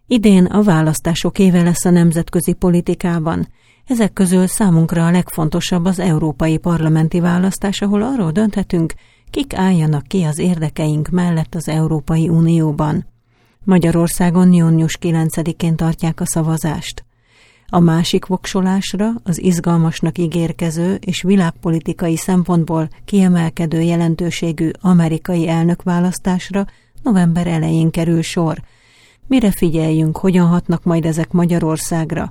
Idén a választások éve lesz a nemzetközi politikában. Ezek közül számunkra a legfontosabb az európai parlamenti választás, ahol arról dönthetünk, kik álljanak ki az érdekeink mellett az Európai Unióban. Magyarországon június 9-én tartják a szavazást. A másik voksolásra, az izgalmasnak ígérkező és világpolitikai szempontból kiemelkedő jelentőségű amerikai elnökválasztásra november elején kerül sor. Mire figyeljünk, hogyan hatnak majd ezek Magyarországra?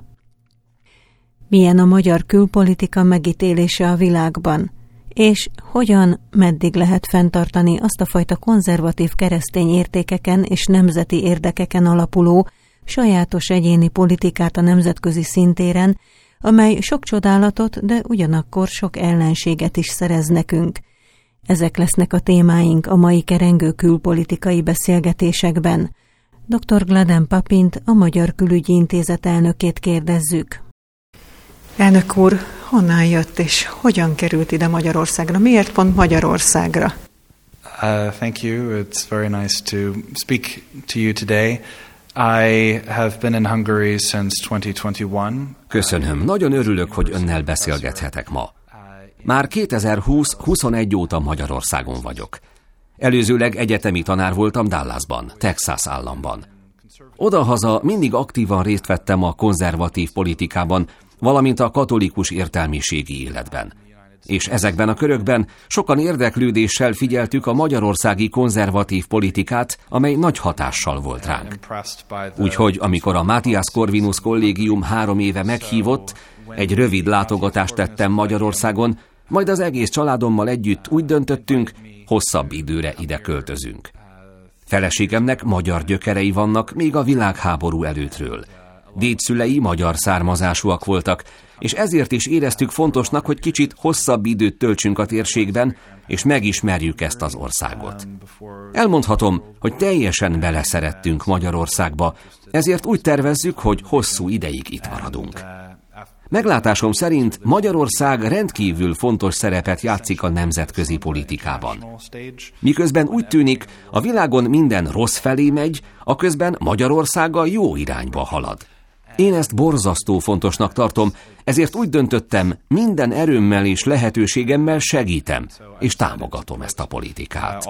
Milyen a magyar külpolitika megítélése a világban? És hogyan, meddig lehet fenntartani azt a fajta konzervatív keresztény értékeken és nemzeti érdekeken alapuló, sajátos egyéni politikát a nemzetközi szintéren, amely sok csodálatot, de ugyanakkor sok ellenséget is szerez nekünk. Ezek lesznek a témáink a mai kerengő külpolitikai beszélgetésekben. Dr. Gladen Papint, a Magyar Külügyi Intézet elnökét kérdezzük. Elnök úr, honnan jött és hogyan került ide Magyarországra? Miért pont Magyarországra? Thank you. It's very nice to speak to you today. I have been in Hungary since 2021. Köszönöm. Nagyon örülök, hogy önnel beszélgethetek ma. Már 2020-21 óta Magyarországon vagyok. Előzőleg egyetemi tanár voltam Dallasban, Texas államban. Odahaza mindig aktívan részt vettem a konzervatív politikában, valamint a katolikus értelmiségi életben. És ezekben a körökben sokan érdeklődéssel figyeltük a magyarországi konzervatív politikát, amely nagy hatással volt ránk. Úgyhogy amikor a Matthias Corvinus kollégium 3 éve meghívott, egy rövid látogatást tettem Magyarországon, majd az egész családommal együtt úgy döntöttünk, hosszabb időre ide költözünk. Feleségemnek magyar gyökerei vannak még a világháború előttről. Dédszülei magyar származásúak voltak, és ezért is éreztük fontosnak, hogy kicsit hosszabb időt töltsünk a térségben, és megismerjük ezt az országot. Elmondhatom, hogy teljesen beleszerettünk Magyarországba, ezért úgy tervezzük, hogy hosszú ideig itt maradunk. Meglátásom szerint Magyarország rendkívül fontos szerepet játszik a nemzetközi politikában. Miközben úgy tűnik, a világon minden rossz felé megy, aközben Magyarországgal jó irányba halad. Én ezt borzasztó fontosnak tartom, ezért úgy döntöttem, minden erőmmel és lehetőségemmel segítem, és támogatom ezt a politikát.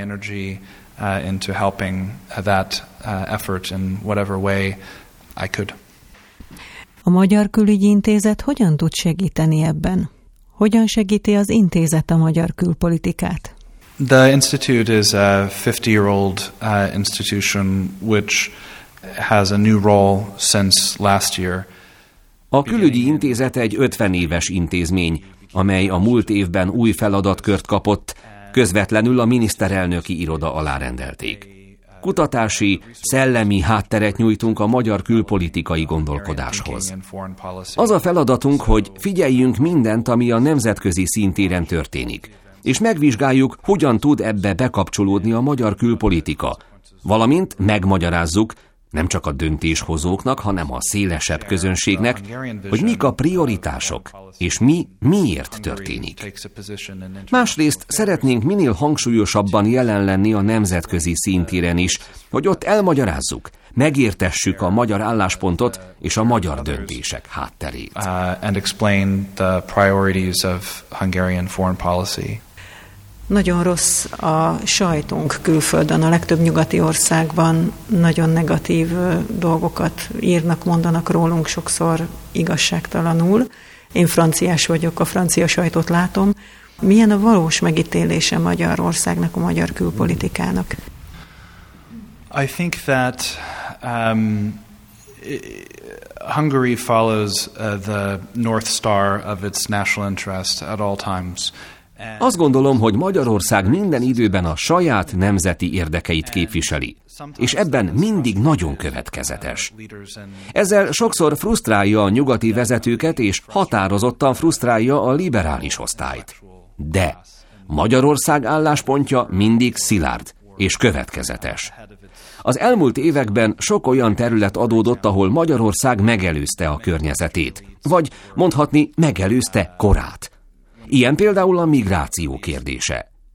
A Magyar Külügyi Intézet hogyan tud segíteni ebben? Hogyan segíti az intézet a magyar külpolitikát? The Institute is a 50-year-old institution which has a new role since last year. A Külügyi Intézet egy 50 éves intézmény, amely a múlt évben új feladatkört kapott, közvetlenül a miniszterelnöki iroda alá rendelték. Kutatási, szellemi hátteret nyújtunk a magyar külpolitikai gondolkodáshoz. Az a feladatunk, hogy figyeljünk mindent, ami a nemzetközi szintéren történik, és megvizsgáljuk, hogyan tud ebbe bekapcsolódni a magyar külpolitika, valamint megmagyarázzuk, nem csak a döntéshozóknak, hanem a szélesebb közönségnek, hogy mik a prioritások, és mi miért történik. Másrészt szeretnénk minél hangsúlyosabban jelen lenni a nemzetközi szintéren is, hogy ott elmagyarázzuk, megértessük a magyar álláspontot és a magyar döntések hátterét. And explain the priorities of Hungarian foreign policy. Nagyon rossz a sajtunk külföldön, a legtöbb nyugati országban nagyon negatív dolgokat írnak, mondanak rólunk, sokszor igazságtalanul. Én franciás vagyok, a francia sajtót látom. Milyen a valós megítélése Magyarországnak, a magyar külpolitikának? I think that Hungary follows the North Star of its national interest at all times. Azt gondolom, hogy Magyarország minden időben a saját nemzeti érdekeit képviseli, és ebben mindig nagyon következetes. Ezzel sokszor frusztrálja a nyugati vezetőket, és határozottan frusztrálja a liberális osztályt. De Magyarország álláspontja mindig szilárd és következetes. Az elmúlt években sok olyan terület adódott, ahol Magyarország megelőzte a környezetét, vagy mondhatni megelőzte korát. Ilyen például a migráció kérdése.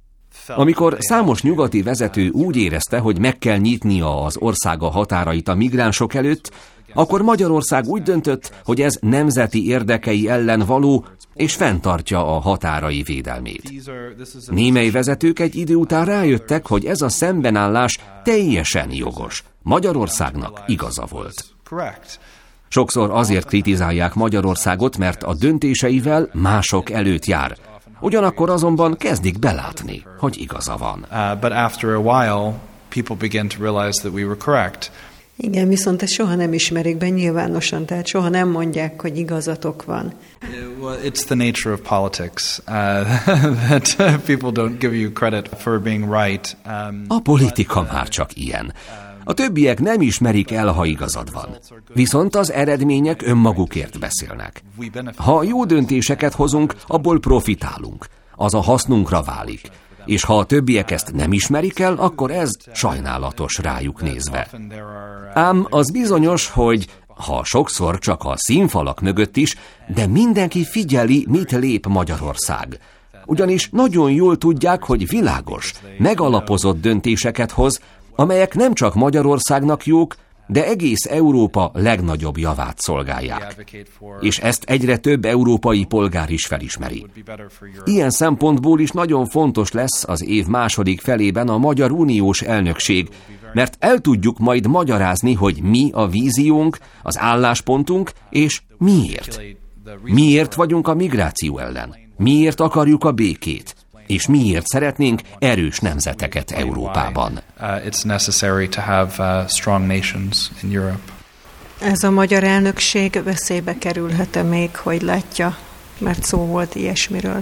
Amikor számos nyugati vezető úgy érezte, hogy meg kell nyitnia az országa határait a migránsok előtt, akkor Magyarország úgy döntött, hogy ez nemzeti érdekei ellen való, és fenntartja a határai védelmét. Némely vezetők egy idő után rájöttek, hogy ez a szembenállás teljesen jogos. Magyarországnak igaza volt. Sokszor azért kritizálják Magyarországot, mert a döntéseivel mások előtt jár. Ugyanakkor azonban kezdik belátni, hogy igaza van. But after a while, people begin to realize that we were correct. Igen, viszont ezt soha nem ismerik be nyilvánosan, tehát soha nem mondják, hogy igazatok van. Well, it's the nature of politics that people don't give you credit for being right. A politika már csak ilyen. A többiek nem ismerik el, ha igazad van. Viszont az eredmények önmagukért beszélnek. Ha jó döntéseket hozunk, abból profitálunk. Az a hasznunkra válik. És ha a többiek ezt nem ismerik el, akkor ez sajnálatos rájuk nézve. Ám az bizonyos, hogy ha sokszor csak a színfalak mögött is, de mindenki figyeli, mit lép Magyarország. Ugyanis nagyon jól tudják, hogy világos, megalapozott döntéseket hoz, amelyek nem csak Magyarországnak jók, de egész Európa legnagyobb javát szolgálják. És ezt egyre több európai polgár is felismeri. Ilyen szempontból is nagyon fontos lesz az év második felében a Magyar Uniós elnökség, mert el tudjuk majd magyarázni, hogy mi a víziónk, az álláspontunk, és miért. Miért vagyunk a migráció ellen? Miért akarjuk a békét? És miért szeretnénk erős nemzeteket Európában? It's necessary to have strong nations in Europe. Ez a magyar elnökség veszélybe kerülhet-e még, hogy látja, mert szó volt ilyesmiről?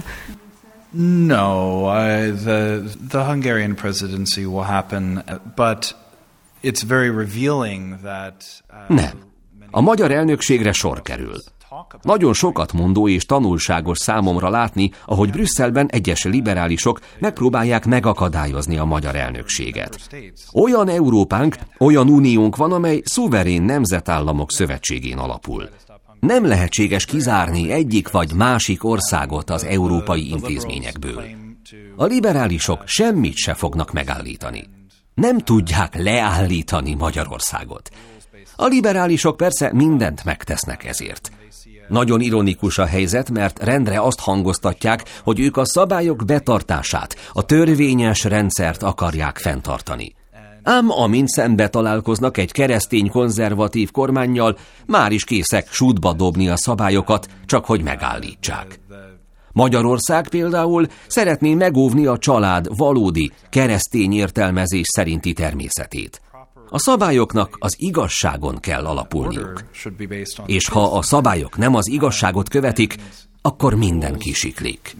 No, the Hungarian presidency will happen, but it's very revealing that... Nem. A magyar elnökségre sor kerül. Nagyon sokat mondó és tanulságos számomra látni, ahogy Brüsszelben egyes liberálisok megpróbálják megakadályozni a magyar elnökséget. Olyan Európánk, olyan uniónk van, amely szuverén nemzetállamok szövetségén alapul. Nem lehetséges kizárni egyik vagy másik országot az európai intézményekből. A liberálisok semmit se fognak megállítani. Nem tudják leállítani Magyarországot. A liberálisok persze mindent megtesznek ezért. Nagyon ironikus a helyzet, mert rendre azt hangoztatják, hogy ők a szabályok betartását, a törvényes rendszert akarják fenntartani. Ám amint szembe találkoznak egy keresztény konzervatív kormánnyal, már is készek sútba dobni a szabályokat, csak hogy megállítsák. Magyarország például szeretné megóvni a család valódi, keresztény értelmezés szerinti természetét. A szabályoknak az igazságon kell alapulniuk. És ha a szabályok nem az igazságot követik, akkor minden kisiklik.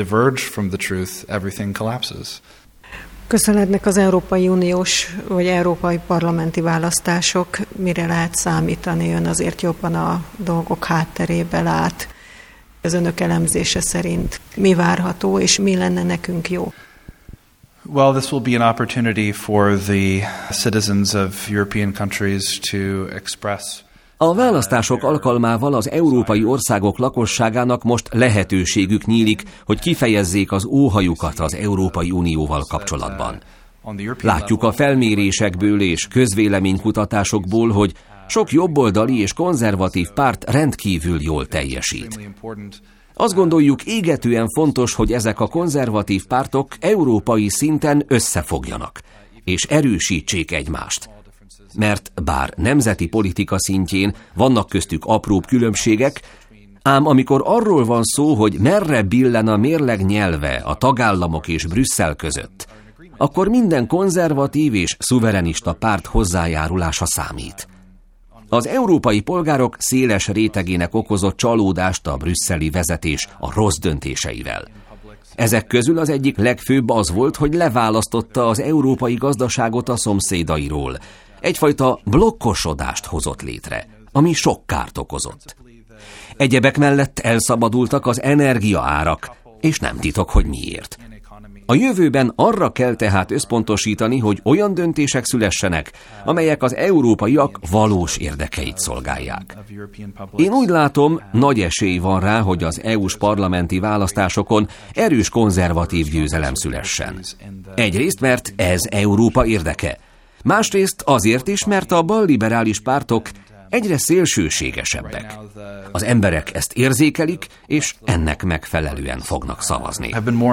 Közelednek az Európai Uniós vagy Európai Parlamenti választások. Mire lehet számítani? Ön azért jobban a dolgok hátterébe lát. Az önök elemzése szerint mi várható, és mi lenne nekünk jó? Well, this will be an opportunity for the citizens of European countries to express. A választások alkalmával az európai országok lakosságának most lehetőségük nyílik, hogy kifejezzék az óhajukat az Európai Unióval kapcsolatban. Látjuk a felmérésekből és közvéleménykutatásokból, hogy sok jobboldali és konzervatív párt rendkívül jól teljesít. Azt gondoljuk, égetően fontos, hogy ezek a konzervatív pártok európai szinten összefogjanak, és erősítsék egymást. Mert bár nemzeti politika szintjén vannak köztük apróbb különbségek, ám amikor arról van szó, hogy merre billen a mérleg nyelve a tagállamok és Brüsszel között, akkor minden konzervatív és szuverenista párt hozzájárulása számít. Az európai polgárok széles rétegének okozott csalódást a brüsszeli vezetés a rossz döntéseivel. Ezek közül az egyik legfőbb az volt, hogy leválasztotta az európai gazdaságot a szomszédairól. Egyfajta blokkosodást hozott létre, ami sok kárt okozott. Egyebek mellett elszabadultak az energiaárak, és nem titok, hogy miért. A jövőben arra kell tehát összpontosítani, hogy olyan döntések szülessenek, amelyek az európaiak valós érdekeit szolgálják. Én úgy látom, nagy esély van rá, hogy az EU-s parlamenti választásokon erős konzervatív győzelem szülessen. Egyrészt, mert ez Európa érdeke. Másrészt azért is, mert a balliberális pártok egyre szélsőségesebbek. Az emberek ezt érzékelik, és ennek megfelelően fognak szavazni.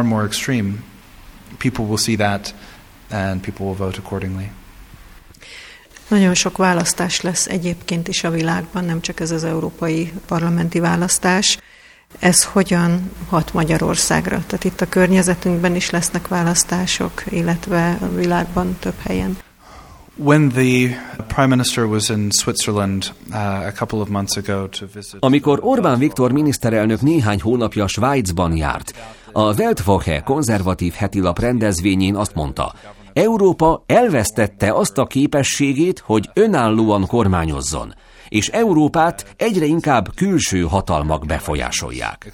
Nagyon sok választás lesz egyébként is a világban, nem csak ez az európai parlamenti választás. Ez hogyan hat Magyarországra? Tehát itt a környezetünkben is lesznek választások, illetve a világban több helyen. When the Prime Minister was in Switzerland a couple of months ago to visit... Amikor Orbán Viktor miniszterelnök néhány hónapja Svájcban járt, a Weltwoche konzervatív hetilap rendezvényén azt mondta, Európa elvesztette azt a képességét, hogy önállóan kormányozzon, és Európát egyre inkább külső hatalmak befolyásolják.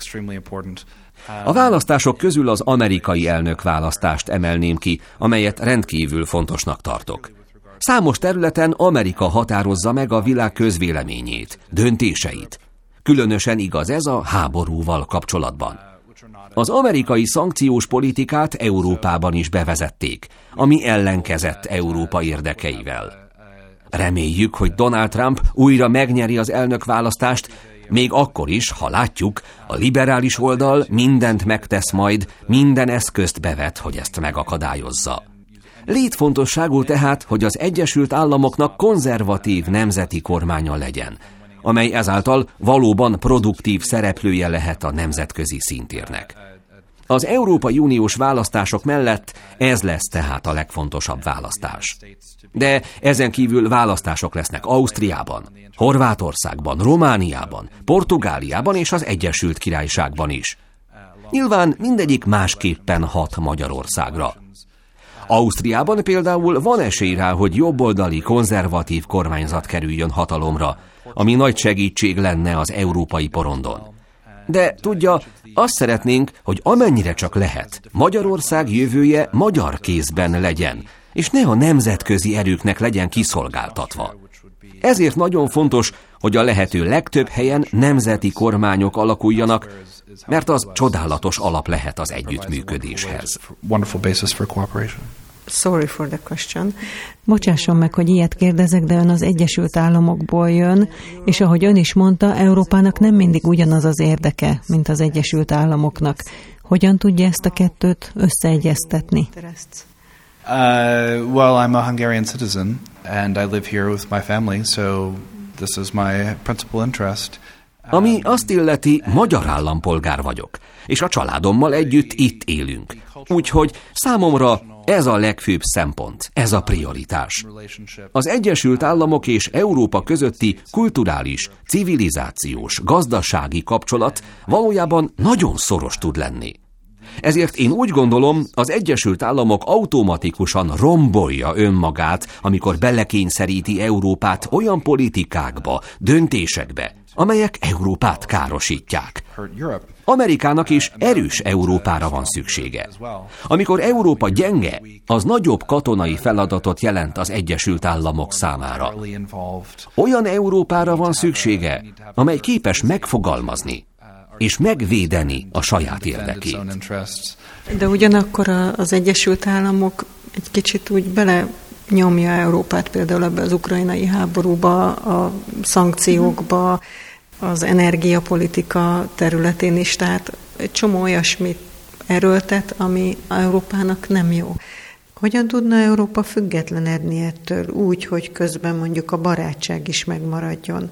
A választások közül az amerikai elnökválasztást emelném ki, amelyet rendkívül fontosnak tartok. Számos területen Amerika határozza meg a világ közvéleményét, döntéseit. Különösen igaz ez a háborúval kapcsolatban. Az amerikai szankciós politikát Európában is bevezették, ami ellenkezett Európa érdekeivel. Reméljük, hogy Donald Trump újra megnyeri az elnökválasztást, még akkor is, ha látjuk, a liberális oldal mindent megtesz majd, minden eszközt bevet, hogy ezt megakadályozza. Létfontosságú tehát, hogy az Egyesült Államoknak konzervatív nemzeti kormánya legyen, amely ezáltal valóban produktív szereplője lehet a nemzetközi szintérnek. Az Európai Uniós választások mellett ez lesz tehát a legfontosabb választás. De ezen kívül választások lesznek Ausztriában, Horvátországban, Romániában, Portugáliában és az Egyesült Királyságban is. Nyilván mindegyik másképpen hat Magyarországra. Ausztriában például van esély rá, hogy jobboldali, konzervatív kormányzat kerüljön hatalomra, ami nagy segítség lenne az európai porondon. De tudja, azt szeretnénk, hogy amennyire csak lehet, Magyarország jövője magyar kézben legyen, és ne a nemzetközi erőknek legyen kiszolgáltatva. Ezért nagyon fontos, hogy a lehető legtöbb helyen nemzeti kormányok alakuljanak, mert az csodálatos alap lehet az együttműködéshez. Sorry for the question. Bocsásson meg, hogy ilyet kérdezek, de ön az Egyesült Államokból jön, és ahogy ön is mondta, Európának nem mindig ugyanaz az érdeke, mint az Egyesült Államoknak. Hogyan tudja ezt a kettőt összeegyeztetni? Well, I'm a Hungarian citizen, and I live here with my family, so this is my principal interest. Ami azt illeti, magyar állampolgár vagyok, és a családommal együtt itt élünk. Úgyhogy számomra ez a legfőbb szempont, ez a prioritás. Az Egyesült Államok és Európa közötti kulturális, civilizációs, gazdasági kapcsolat valójában nagyon szoros tud lenni. Ezért én úgy gondolom, az Egyesült Államok automatikusan rombolja önmagát, amikor belekényszeríti Európát olyan politikákba, döntésekbe, amelyek Európát károsítják. Amerikának is erős Európára van szüksége. Amikor Európa gyenge, az nagyobb katonai feladatot jelent az Egyesült Államok számára. Olyan Európára van szüksége, amely képes megfogalmazni és megvédeni a saját érdekét. De ugyanakkor az Egyesült Államok egy kicsit úgy belenyomja Európát például ebbe az ukrajnai háborúba, a szankciókba, az energiapolitika területén is, tehát egy csomó olyasmit erőltet, ami Európának nem jó. Hogyan tudna Európa függetlenedni ettől úgy, hogy közben mondjuk a barátság is megmaradjon?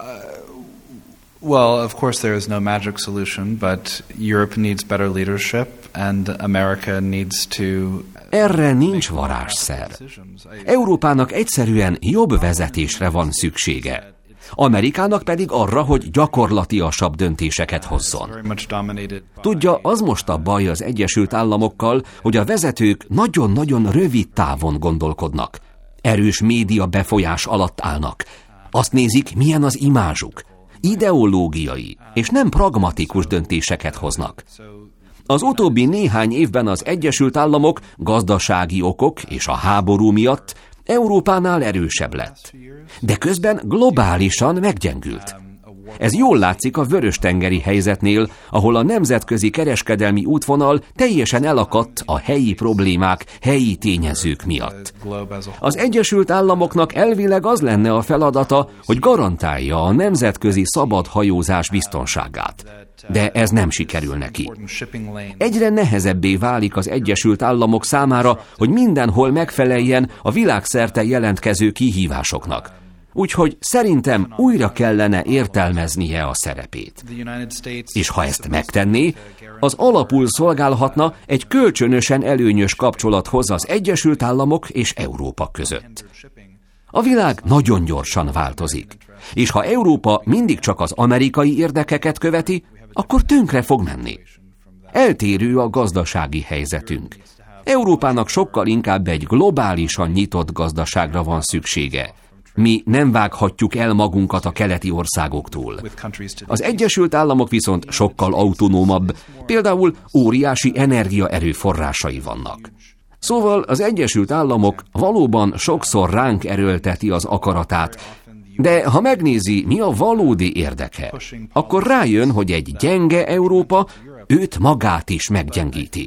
Well, of course there is no magic solution, but Europe needs better leadership and America needs to... Erre nincs varázsszer. Európának egyszerűen jobb vezetésre van szüksége. Amerikának pedig arra, hogy gyakorlatiasabb döntéseket hozzon. Tudja, az most a baj az Egyesült Államokkal, hogy a vezetők nagyon-nagyon rövid távon gondolkodnak. Erős média befolyás alatt állnak. Azt nézik, milyen az imázsuk. Ideológiai és nem pragmatikus döntéseket hoznak. Az utóbbi néhány évben az Egyesült Államok gazdasági okok és a háború miatt Európánál erősebb lett. De közben globálisan meggyengült. Ez jól látszik a vörös-tengeri helyzetnél, ahol a nemzetközi kereskedelmi útvonal teljesen elakadt a helyi problémák, helyi tényezők miatt. Az Egyesült Államoknak elvileg az lenne a feladata, hogy garantálja a nemzetközi szabad hajózás biztonságát. De ez nem sikerül neki. Egyre nehezebbé válik az Egyesült Államok számára, hogy mindenhol megfeleljen a világszerte jelentkező kihívásoknak. Úgyhogy szerintem újra kellene értelmeznie a szerepét. És ha ezt megtenné, az alapul szolgálhatna egy kölcsönösen előnyös kapcsolathoz az Egyesült Államok és Európa között. A világ nagyon gyorsan változik, és ha Európa mindig csak az amerikai érdekeket követi, akkor tönkre fog menni. Eltérő a gazdasági helyzetünk. Európának sokkal inkább egy globálisan nyitott gazdaságra van szüksége. Mi nem vághatjuk el magunkat a keleti országoktól. Az Egyesült Államok viszont sokkal autonómabb, például óriási energiaerőforrásai vannak. Szóval az Egyesült Államok valóban sokszor ránk erőlteti az akaratát, de ha megnézi, mi a valódi érdeke, akkor rájön, hogy egy gyenge Európa őt magát is meggyengíti.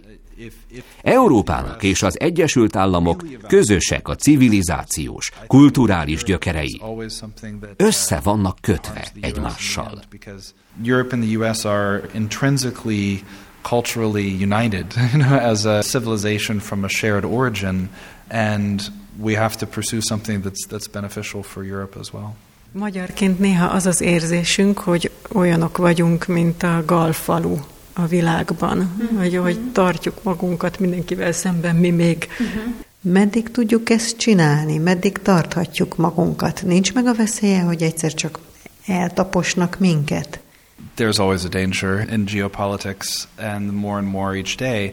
Európának és az Egyesült Államok közösek a civilizációs, kulturális gyökerei. Össze vannak kötve egymással. Europe and the US are intrinsically culturally united, as a civilization from a shared origin, and we have to pursue something that's beneficial for Europe as well. Magyarként néha az az érzésünk, hogy olyanok vagyunk, mint a galfalu a világban, hogy tartjuk magunkat mindenkivel szemben, mi még. Meddig tudjuk ezt csinálni? Meddig tarthatjuk magunkat? Nincs meg a veszélye, hogy egyszer csak eltaposnak minket? There's always a danger in geopolitics, and more each day.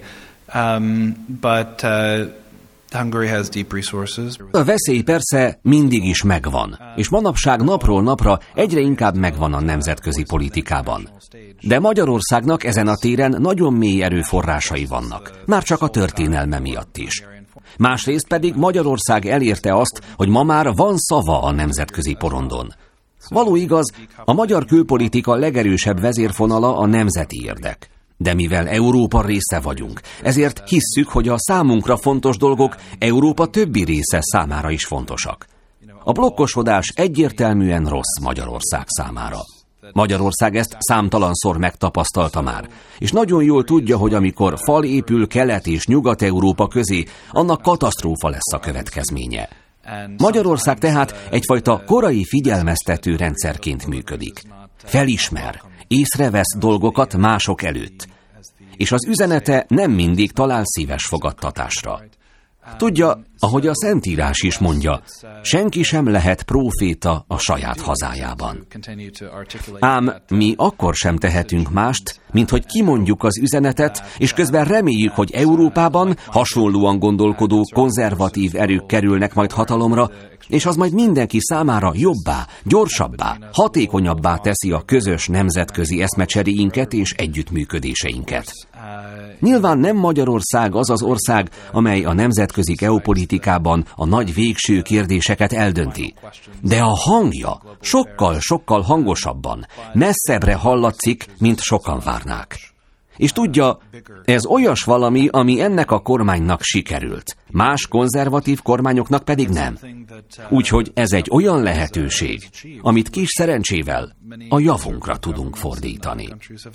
But Hungary has deep resources. A veszély persze mindig is megvan, és manapság napról napra egyre inkább megvan a nemzetközi politikában. De Magyarországnak ezen a téren nagyon mély erőforrásai vannak, már csak a történelme miatt is. Másrészt pedig Magyarország elérte azt, hogy ma már van szava a nemzetközi porondon. Való igaz, a magyar külpolitika legerősebb vezérfonala a nemzeti érdek. De mivel Európa része vagyunk, ezért hisszük, hogy a számunkra fontos dolgok Európa többi része számára is fontosak. A blokkosodás egyértelműen rossz Magyarország számára. Magyarország ezt számtalanszor megtapasztalta már, és nagyon jól tudja, hogy amikor fal épül Kelet- és Nyugat-Európa közé, annak katasztrófa lesz a következménye. Magyarország tehát egyfajta korai figyelmeztető rendszerként működik. Felismer, észrevesz dolgokat mások előtt, és az üzenete nem mindig talál szíves fogadtatásra. Tudja, ahogy a Szentírás is mondja, senki sem lehet próféta a saját hazájában. Ám mi akkor sem tehetünk mást, mint hogy kimondjuk az üzenetet, és közben reméljük, hogy Európában hasonlóan gondolkodó konzervatív erők kerülnek majd hatalomra, és az majd mindenki számára jobbá, gyorsabbá, hatékonyabbá teszi a közös nemzetközi eszmecseréinket és együttműködéseinket. Nyilván nem Magyarország az az ország, amely a nemzetközi geopolitikában a nagy végső kérdéseket eldönti. De a hangja sokkal hangosabban, messzebbre hallatszik, mint sokan várnák. És tudja, ez olyas valami, ami ennek a kormánynak sikerült, más konzervatív kormányoknak pedig nem. Úgyhogy ez egy olyan lehetőség, amit kis szerencsével a javunkra tudunk fordítani.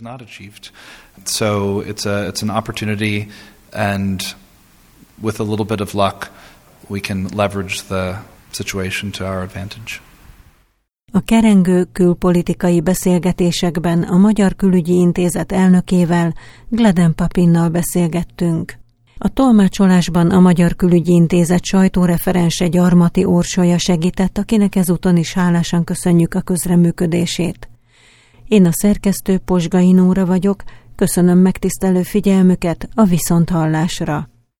So it's an opportunity, and with a little bit of luck, we can leverage the situation to our advantage. A kerengő külpolitikai beszélgetésekben a Magyar Külügyi Intézet elnökével, Gladen Papinnal beszélgettünk. A tolmácsolásban a Magyar Külügyi Intézet sajtóreferense Gyarmati Orsolya segített, akinek ezúton is hálásan köszönjük a közreműködését. Én a szerkesztő Posgai Nóra vagyok, köszönöm megtisztelő figyelmüket, a viszonthallásra.